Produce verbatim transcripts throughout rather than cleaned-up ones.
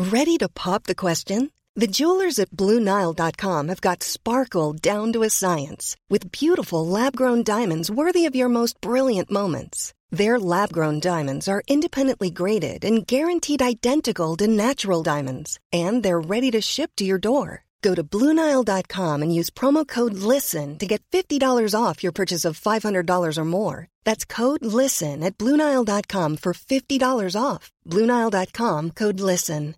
Ready to pop the question? The jewelers at Blue Nile dot com have got sparkle down to a science with beautiful lab-grown diamonds worthy of your most brilliant moments. Their lab-grown diamonds are independently graded and guaranteed identical to natural diamonds, and they're ready to ship to your door. Go to Blue Nile dot com and use promo code LISTEN to get fifty dollars off your purchase of five hundred dollars or more. That's code LISTEN at Blue Nile dot com for fifty dollars off. Blue Nile dot com, code LISTEN.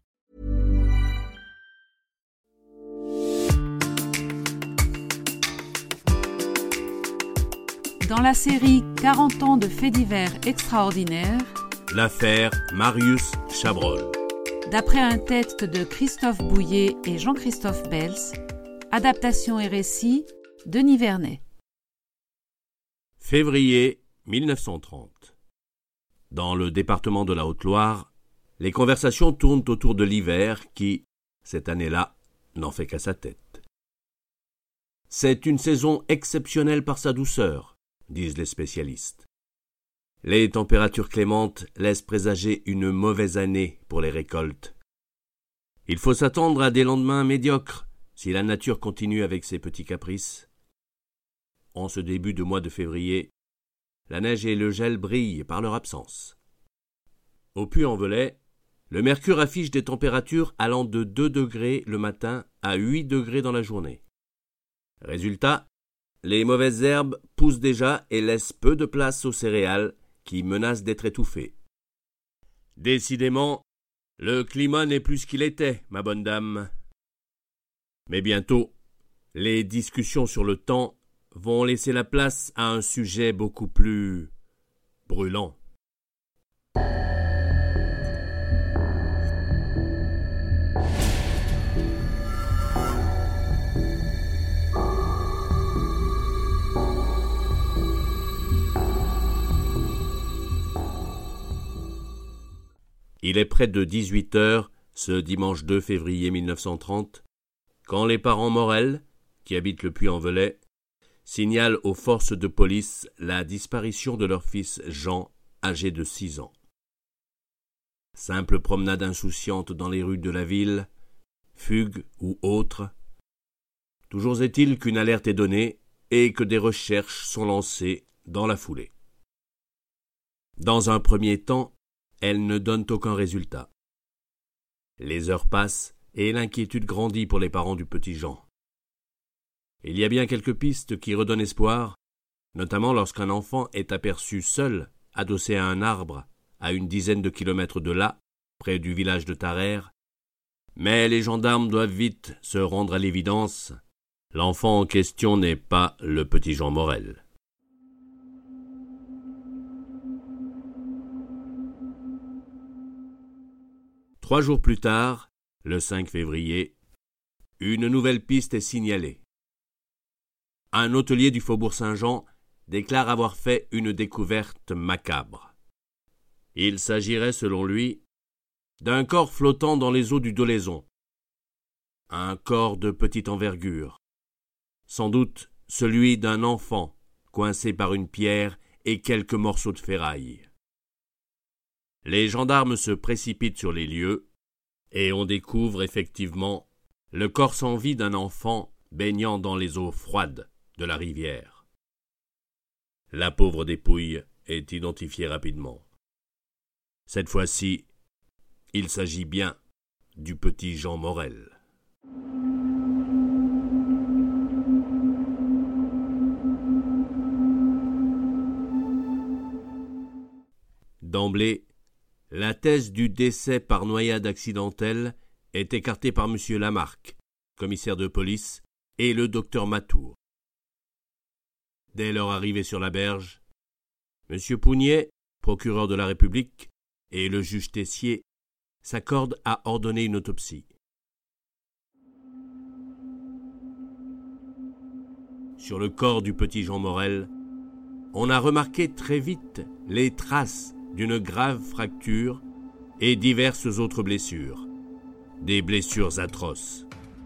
Dans la série quarante ans de faits divers extraordinaires, l'affaire Marius Chabrol. D'après un texte de Christophe Bouillet et Jean-Christophe Bels, adaptation et récit, Denis Vernet. Février mille neuf cent trente. Dans le département de la Haute-Loire, les conversations tournent autour de l'hiver qui, cette année-là, n'en fait qu'à sa tête. C'est une saison exceptionnelle par sa douceur, disent les spécialistes. Les températures clémentes laissent présager une mauvaise année pour les récoltes. Il faut s'attendre à des lendemains médiocres si la nature continue avec ses petits caprices. En ce début de mois de février, la neige et le gel brillent par leur absence. Au Puy-en-Velay, le mercure affiche des températures allant de deux degrés le matin à huit degrés dans la journée. Résultat, les mauvaises herbes poussent déjà et laissent peu de place aux céréales qui menacent d'être étouffées. Décidément, le climat n'est plus ce qu'il était, ma bonne dame. Mais bientôt, les discussions sur le temps vont laisser la place à un sujet beaucoup plus brûlant. Il est près de dix-huit heures, ce dimanche deux février mille neuf cent trente, quand les parents Morel, qui habitent le Puy-en-Velay, signalent aux forces de police la disparition de leur fils Jean, âgé de six ans. Simple promenade insouciante dans les rues de la ville, fugue ou autre, toujours est-il qu'une alerte est donnée et que des recherches sont lancées dans la foulée. Dans un premier temps, elles ne donnent aucun résultat. Les heures passent et l'inquiétude grandit pour les parents du petit Jean. Il y a bien quelques pistes qui redonnent espoir, notamment lorsqu'un enfant est aperçu seul, adossé à un arbre, à une dizaine de kilomètres de là, près du village de Tarère. Mais les gendarmes doivent vite se rendre à l'évidence. L'enfant en question n'est pas le petit Jean Morel. Trois jours plus tard, le cinq février, une nouvelle piste est signalée. Un hôtelier du Faubourg Saint-Jean déclare avoir fait une découverte macabre. Il s'agirait, selon lui, d'un corps flottant dans les eaux du Dolaizon. Un corps de petite envergure. Sans doute celui d'un enfant coincé par une pierre et quelques morceaux de ferraille. Les gendarmes se précipitent sur les lieux et on découvre effectivement le corps sans vie d'un enfant baignant dans les eaux froides de la rivière. La pauvre dépouille est identifiée rapidement. Cette fois-ci, il s'agit bien du petit Jean Morel. D'emblée, la thèse du décès par noyade accidentelle est écartée par M. Lamarque, commissaire de police, et le docteur Matour. Dès leur arrivée sur la berge, M. Pougnet, procureur de la République, et le juge Tessier s'accordent à ordonner une autopsie. Sur le corps du petit Jean Morel, on a remarqué très vite les traces d'une grave fracture et diverses autres blessures, des blessures atroces.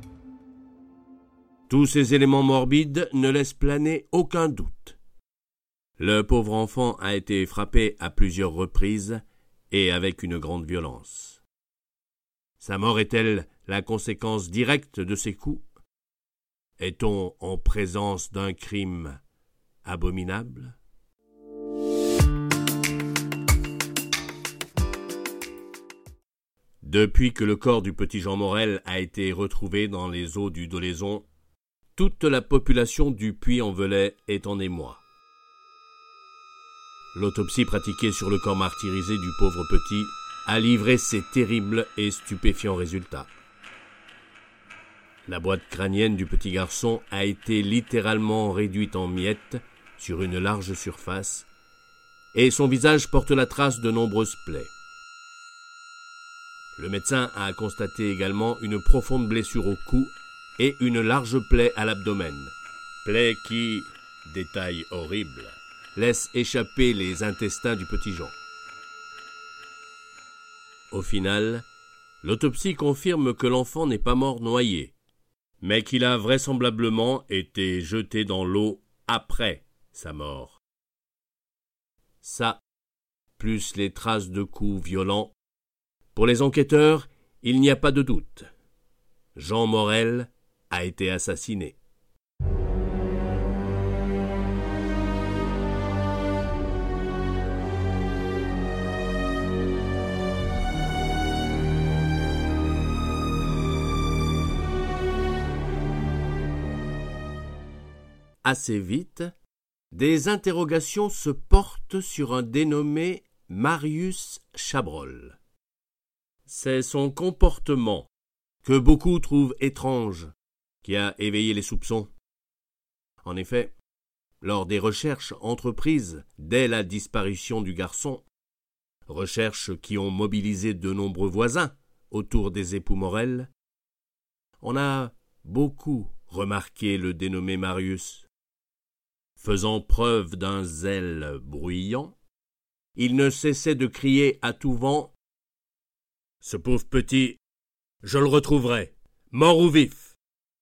Tous ces éléments morbides ne laissent planer aucun doute. Le pauvre enfant a été frappé à plusieurs reprises et avec une grande violence. Sa mort est-elle la conséquence directe de ses coups? Est-on en présence d'un crime abominable? Depuis que le corps du petit Jean Morel a été retrouvé dans les eaux du Dolaizon, toute la population du Puy-en-Velay est en émoi. L'autopsie pratiquée sur le corps martyrisé du pauvre petit a livré ses terribles et stupéfiants résultats. La boîte crânienne du petit garçon a été littéralement réduite en miettes sur une large surface, et son visage porte la trace de nombreuses plaies. Le médecin a constaté également une profonde blessure au cou et une large plaie à l'abdomen, plaie qui, détail horrible, laisse échapper les intestins du petit Jean. Au final, l'autopsie confirme que l'enfant n'est pas mort noyé, mais qu'il a vraisemblablement été jeté dans l'eau après sa mort. Ça, plus les traces de coups violents, pour les enquêteurs, il n'y a pas de doute. Jean Morel a été assassiné. Assez vite, des interrogations se portent sur un dénommé Marius Chabrol. C'est son comportement, que beaucoup trouvent étrange, qui a éveillé les soupçons. En effet, lors des recherches entreprises dès la disparition du garçon, recherches qui ont mobilisé de nombreux voisins autour des époux Morel, on a beaucoup remarqué le dénommé Marius. Faisant preuve d'un zèle bruyant, il ne cessait de crier à tout vent « Ce pauvre petit, je le retrouverai, mort ou vif !»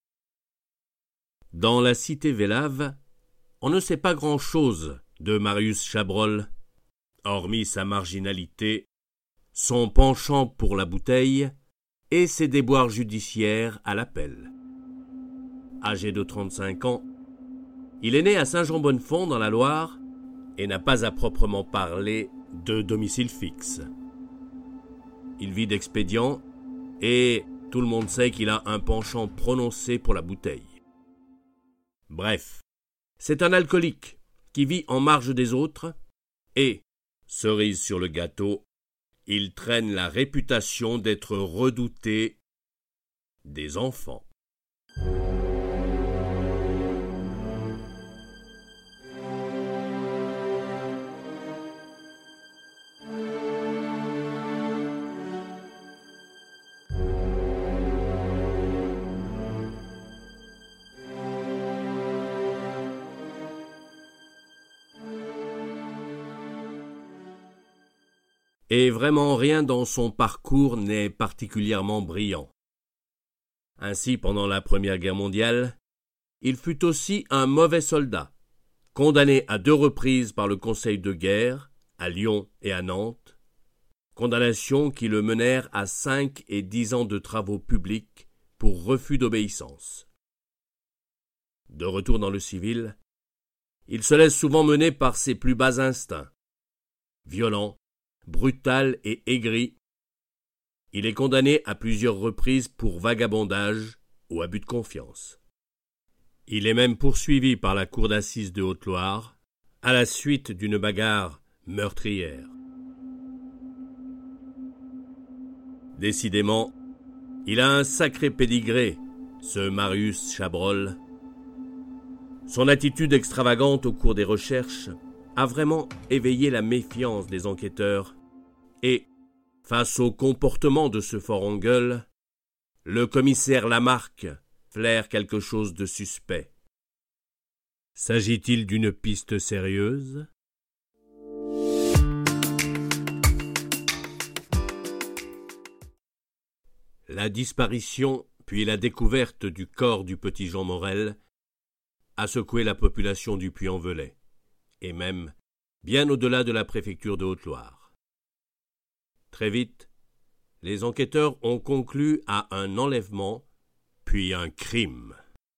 Dans la cité Vélave, on ne sait pas grand-chose de Marius Chabrol, hormis sa marginalité, son penchant pour la bouteille et ses déboires judiciaires à l'appel. Âgé de trente-cinq ans, il est né à Saint-Jean-Bonnefond dans la Loire et n'a pas à proprement parler de domicile fixe. Il vit d'expédients et tout le monde sait qu'il a un penchant prononcé pour la bouteille. Bref, c'est un alcoolique qui vit en marge des autres et, cerise sur le gâteau, il traîne la réputation d'être redouté des enfants. Et vraiment rien dans son parcours n'est particulièrement brillant. Ainsi, pendant la Première Guerre mondiale, il fut aussi un mauvais soldat, condamné à deux reprises par le Conseil de guerre, à Lyon et à Nantes, condamnations qui le menèrent à cinq et dix ans de travaux publics pour refus d'obéissance. De retour dans le civil, il se laisse souvent mener par ses plus bas instincts. Violent, brutal et aigri, il est condamné à plusieurs reprises pour vagabondage ou abus de confiance. Il est même poursuivi par la cour d'assises de Haute-Loire à la suite d'une bagarre meurtrière. Décidément, il a un sacré pédigré, ce Marius Chabrol. Son attitude extravagante au cours des recherches a vraiment éveillé la méfiance des enquêteurs et, face au comportement de ce fort en gueule, le commissaire Lamarque flaire quelque chose de suspect. S'agit-il d'une piste sérieuse ? La disparition puis la découverte du corps du petit Jean Morel a secoué la population du Puy-en-Velay, et même bien au-delà de la préfecture de Haute-Loire. Très vite, les enquêteurs ont conclu à un enlèvement, puis un crime.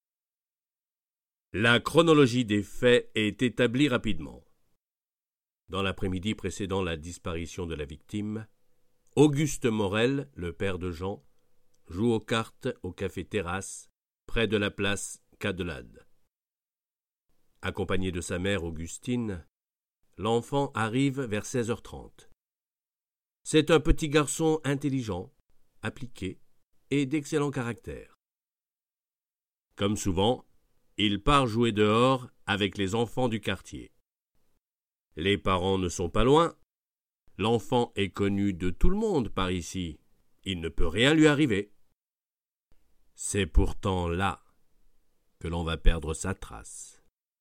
La chronologie des faits est établie rapidement. Dans l'après-midi précédant la disparition de la victime, Auguste Morel, le père de Jean, joue aux cartes au café Terrasse, près de la place Cadelade. Accompagné de sa mère Augustine, l'enfant arrive vers seize heures trente. C'est un petit garçon intelligent, appliqué et d'excellent caractère. Comme souvent, il part jouer dehors avec les enfants du quartier. Les parents ne sont pas loin. L'enfant est connu de tout le monde par ici. Il ne peut rien lui arriver. C'est pourtant là que l'on va perdre sa trace.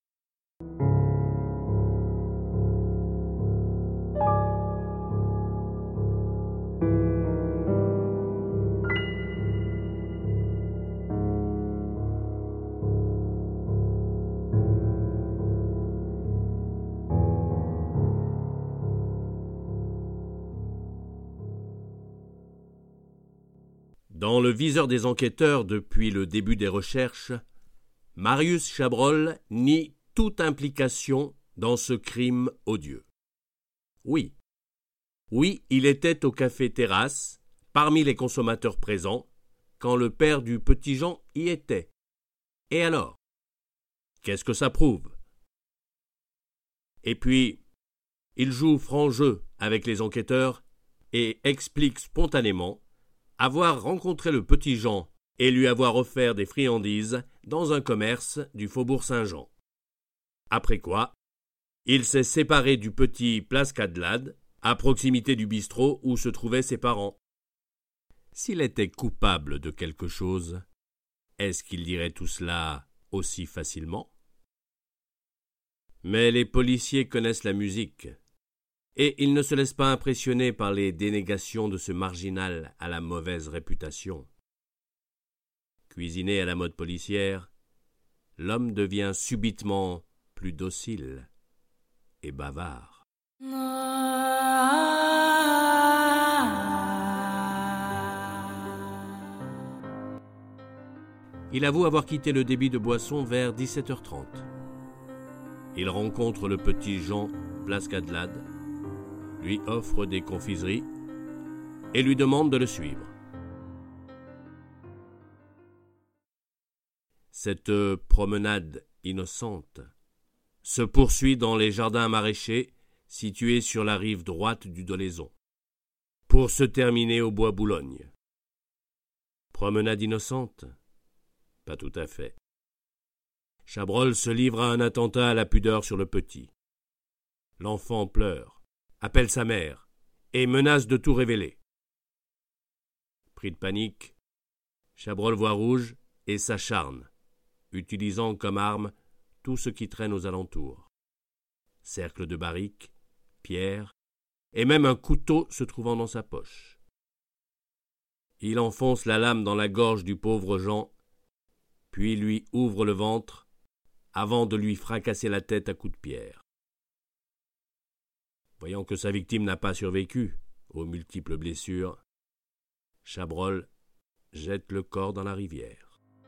Dans le viseur des enquêteurs depuis le début des recherches, Marius Chabrol nie toute implication dans ce crime odieux. Oui, oui, il était au café Terrasse, parmi les consommateurs présents, quand le père du petit Jean y était. Et alors? Qu'est-ce que ça prouve? Et puis, il joue franc jeu avec les enquêteurs et explique spontanément avoir rencontré le petit Jean et lui avoir offert des friandises dans un commerce du faubourg Saint-Jean. Après quoi, il s'est séparé du petit place Cadelade, à proximité du bistrot où se trouvaient ses parents. S'il était coupable de quelque chose, est-ce qu'il dirait tout cela aussi facilement? Mais les policiers connaissent la musique, et ils ne se laissent pas impressionner par les dénégations de ce marginal à la mauvaise réputation. Cuisiné à la mode policière, l'homme devient subitement plus docile et bavard. Il avoue avoir quitté le débit de boisson vers dix-sept heures trente. Il rencontre le petit Jean, place Cadelade, lui offre des confiseries et lui demande de le suivre. Cette promenade innocente se poursuit dans les jardins maraîchers situés sur la rive droite du Dolaizon, pour se terminer au bois Boulogne. Promenade innocente? Pas tout à fait. Chabrol se livre à un attentat à la pudeur sur le petit. L'enfant pleure, appelle sa mère et menace de tout révéler. Pris de panique, Chabrol voit rouge et s'acharne, utilisant comme arme tout ce qui traîne aux alentours. Cercle de barriques, pierres, et même un couteau se trouvant dans sa poche. Il enfonce la lame dans la gorge du pauvre Jean, puis lui ouvre le ventre, avant de lui fracasser la tête à coups de pierre. Voyant que sa victime n'a pas survécu aux multiples blessures, Chabrol jette le corps dans la rivière.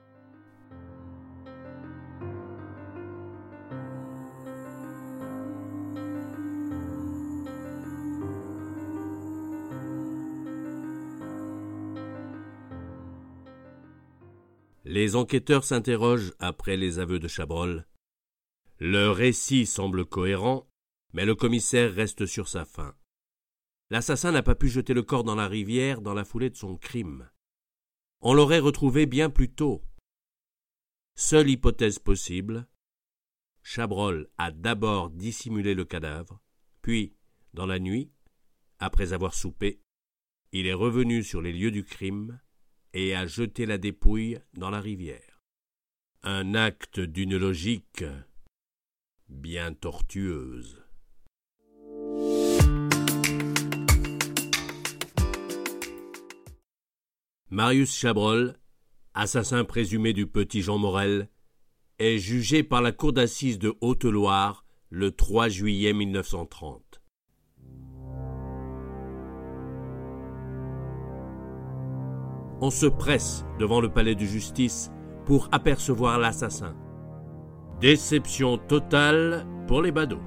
Les enquêteurs s'interrogent après les aveux de Chabrol. Le récit semble cohérent, mais le commissaire reste sur sa faim. L'assassin n'a pas pu jeter le corps dans la rivière dans la foulée de son crime. On l'aurait retrouvé bien plus tôt. Seule hypothèse possible, Chabrol a d'abord dissimulé le cadavre, puis, dans la nuit, après avoir soupé, il est revenu sur les lieux du crime et a jeté la dépouille dans la rivière. Un acte d'une logique bien tortueuse. Marius Chabrol, assassin présumé du petit Jean Morel, est jugé par la cour d'assises de Haute-Loire le trois juillet mille neuf cent trente. on se presse devant le palais de justice pour apercevoir l'assassin. Déception totale pour les badauds.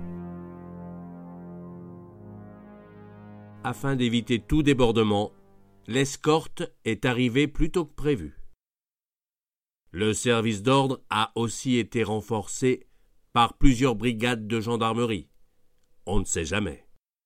Afin d'éviter tout débordement, l'escorte est arrivée plus tôt que prévu. Le service d'ordre a aussi été renforcé par plusieurs brigades de gendarmerie. On ne sait jamais.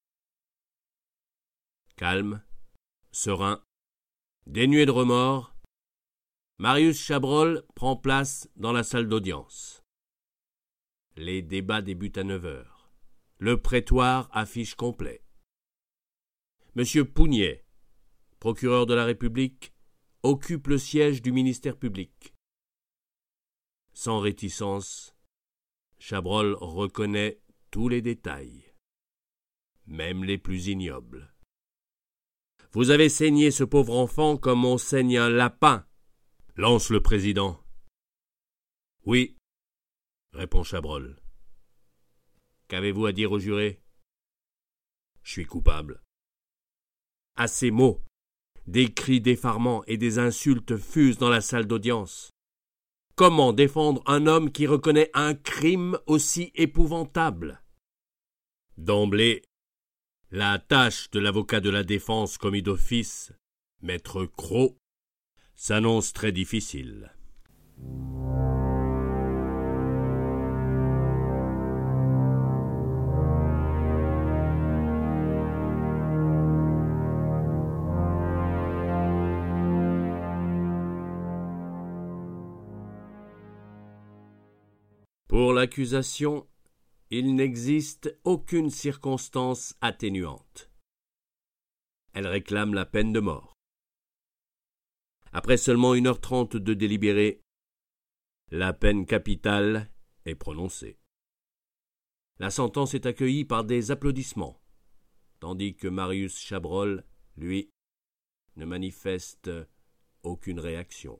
Calme, serein, dénué de remords, Marius Chabrol prend place dans la salle d'audience. Les débats débutent à neuf heures. Le prétoire affiche complet. Monsieur Pougnet, procureur de la République, occupe le siège du ministère public. Sans réticence, Chabrol reconnaît tous les détails, même les plus ignobles. « Vous avez saigné ce pauvre enfant comme on saigne un lapin », lance le président. « Oui », répond Chabrol. « Qu'avez-vous à dire au juré ?»« Je suis coupable. » À ces mots, des cris d'effarement et des insultes fusent dans la salle d'audience. Comment défendre un homme qui reconnaît un crime aussi épouvantable ? D'emblée, la tâche de l'avocat de la défense commis d'office, maître Cros, s'annonce très difficile. Pour l'accusation, il n'existe aucune circonstance atténuante. Elle réclame la peine de mort. Après seulement une heure trente de délibéré, la peine capitale est prononcée. La sentence est accueillie par des applaudissements, tandis que Marius Chabrol, lui, ne manifeste aucune réaction.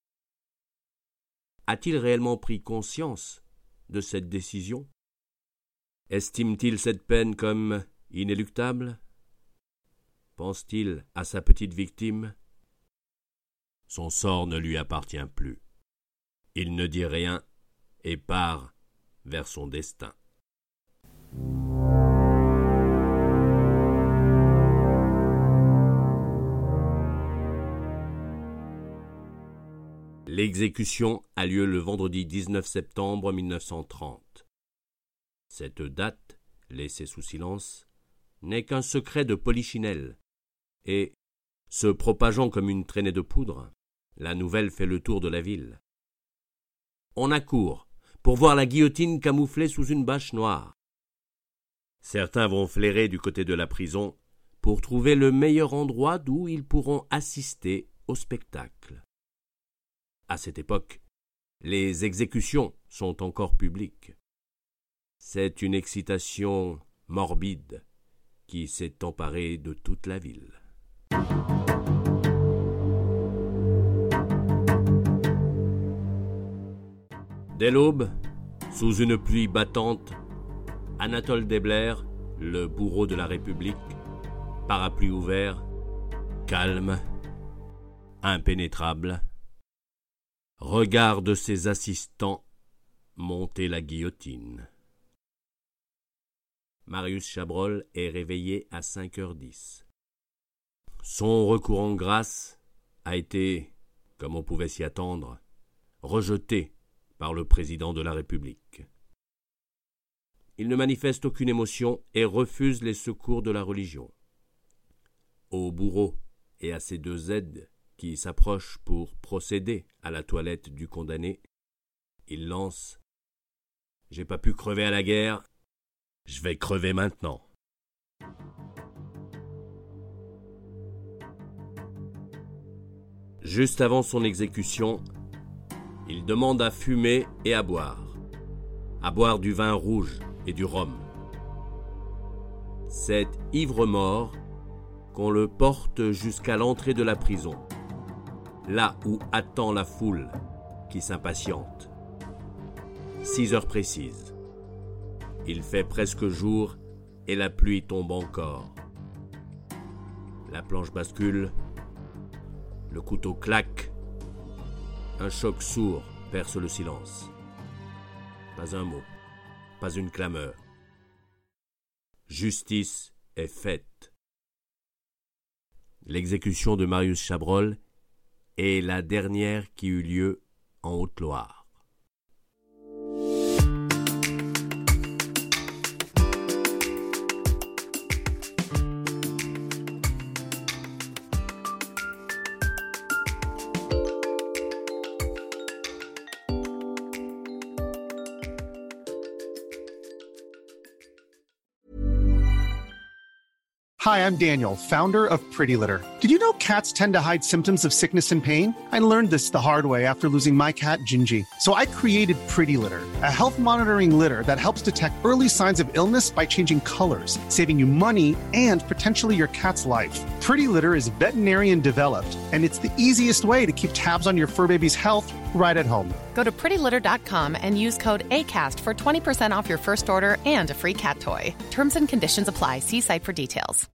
A-t-il réellement pris conscience de cette décision? Estime-t-il cette peine comme inéluctable? Pense-t-il à sa petite victime? Son sort ne lui appartient plus. Il ne dit rien et part vers son destin. L'exécution a lieu le vendredi dix-neuf septembre mille neuf cent trente. Cette date, laissée sous silence, n'est qu'un secret de polichinelle, et, se propageant comme une traînée de poudre, la nouvelle fait le tour de la ville. On accourt pour voir la guillotine camouflée sous une bâche noire. Certains vont flairer du côté de la prison pour trouver le meilleur endroit d'où ils pourront assister au spectacle. À cette époque, les exécutions sont encore publiques. C'est une excitation morbide qui s'est emparée de toute la ville. Dès l'aube, sous une pluie battante, Anatole Debler, le bourreau de la République, parapluie ouvert, calme, impénétrable, regarde ses assistants monter la guillotine. Marius Chabrol est réveillé à cinq heures dix. Son recours en grâce a été, comme on pouvait s'y attendre, rejeté par le président de la République. Il ne manifeste aucune émotion et refuse les secours de la religion. Au bourreau et à ses deux aides qui s'approchent pour procéder à la toilette du condamné, il lance « J'ai pas pu crever à la guerre, je vais crever maintenant ». Juste avant son exécution, il demande à fumer et à boire, à boire du vin rouge et du rhum. C'est ivre-mort qu'on le porte jusqu'à l'entrée de la prison, là où attend la foule qui s'impatiente. Six heures précises. Il fait presque jour et la pluie tombe encore. La planche bascule. Le couteau claque. Un choc sourd perce le silence. Pas un mot, pas une clameur. Justice est faite. L'exécution de Marius Chabrol est la dernière qui eut lieu en Haute-Loire. Hi, I'm Daniel, founder of Pretty Litter. Did you know cats tend to hide symptoms of sickness and pain? I learned this the hard way after losing my cat, Gingy. So I created Pretty Litter, a health monitoring litter that helps detect early signs of illness by changing colors, saving you money and potentially your cat's life. Pretty Litter is veterinarian developed, and it's the easiest way to keep tabs on your fur baby's health right at home. Go to pretty litter dot com and use code ACAST for twenty percent off your first order and a free cat toy. Terms and conditions apply. See site for details.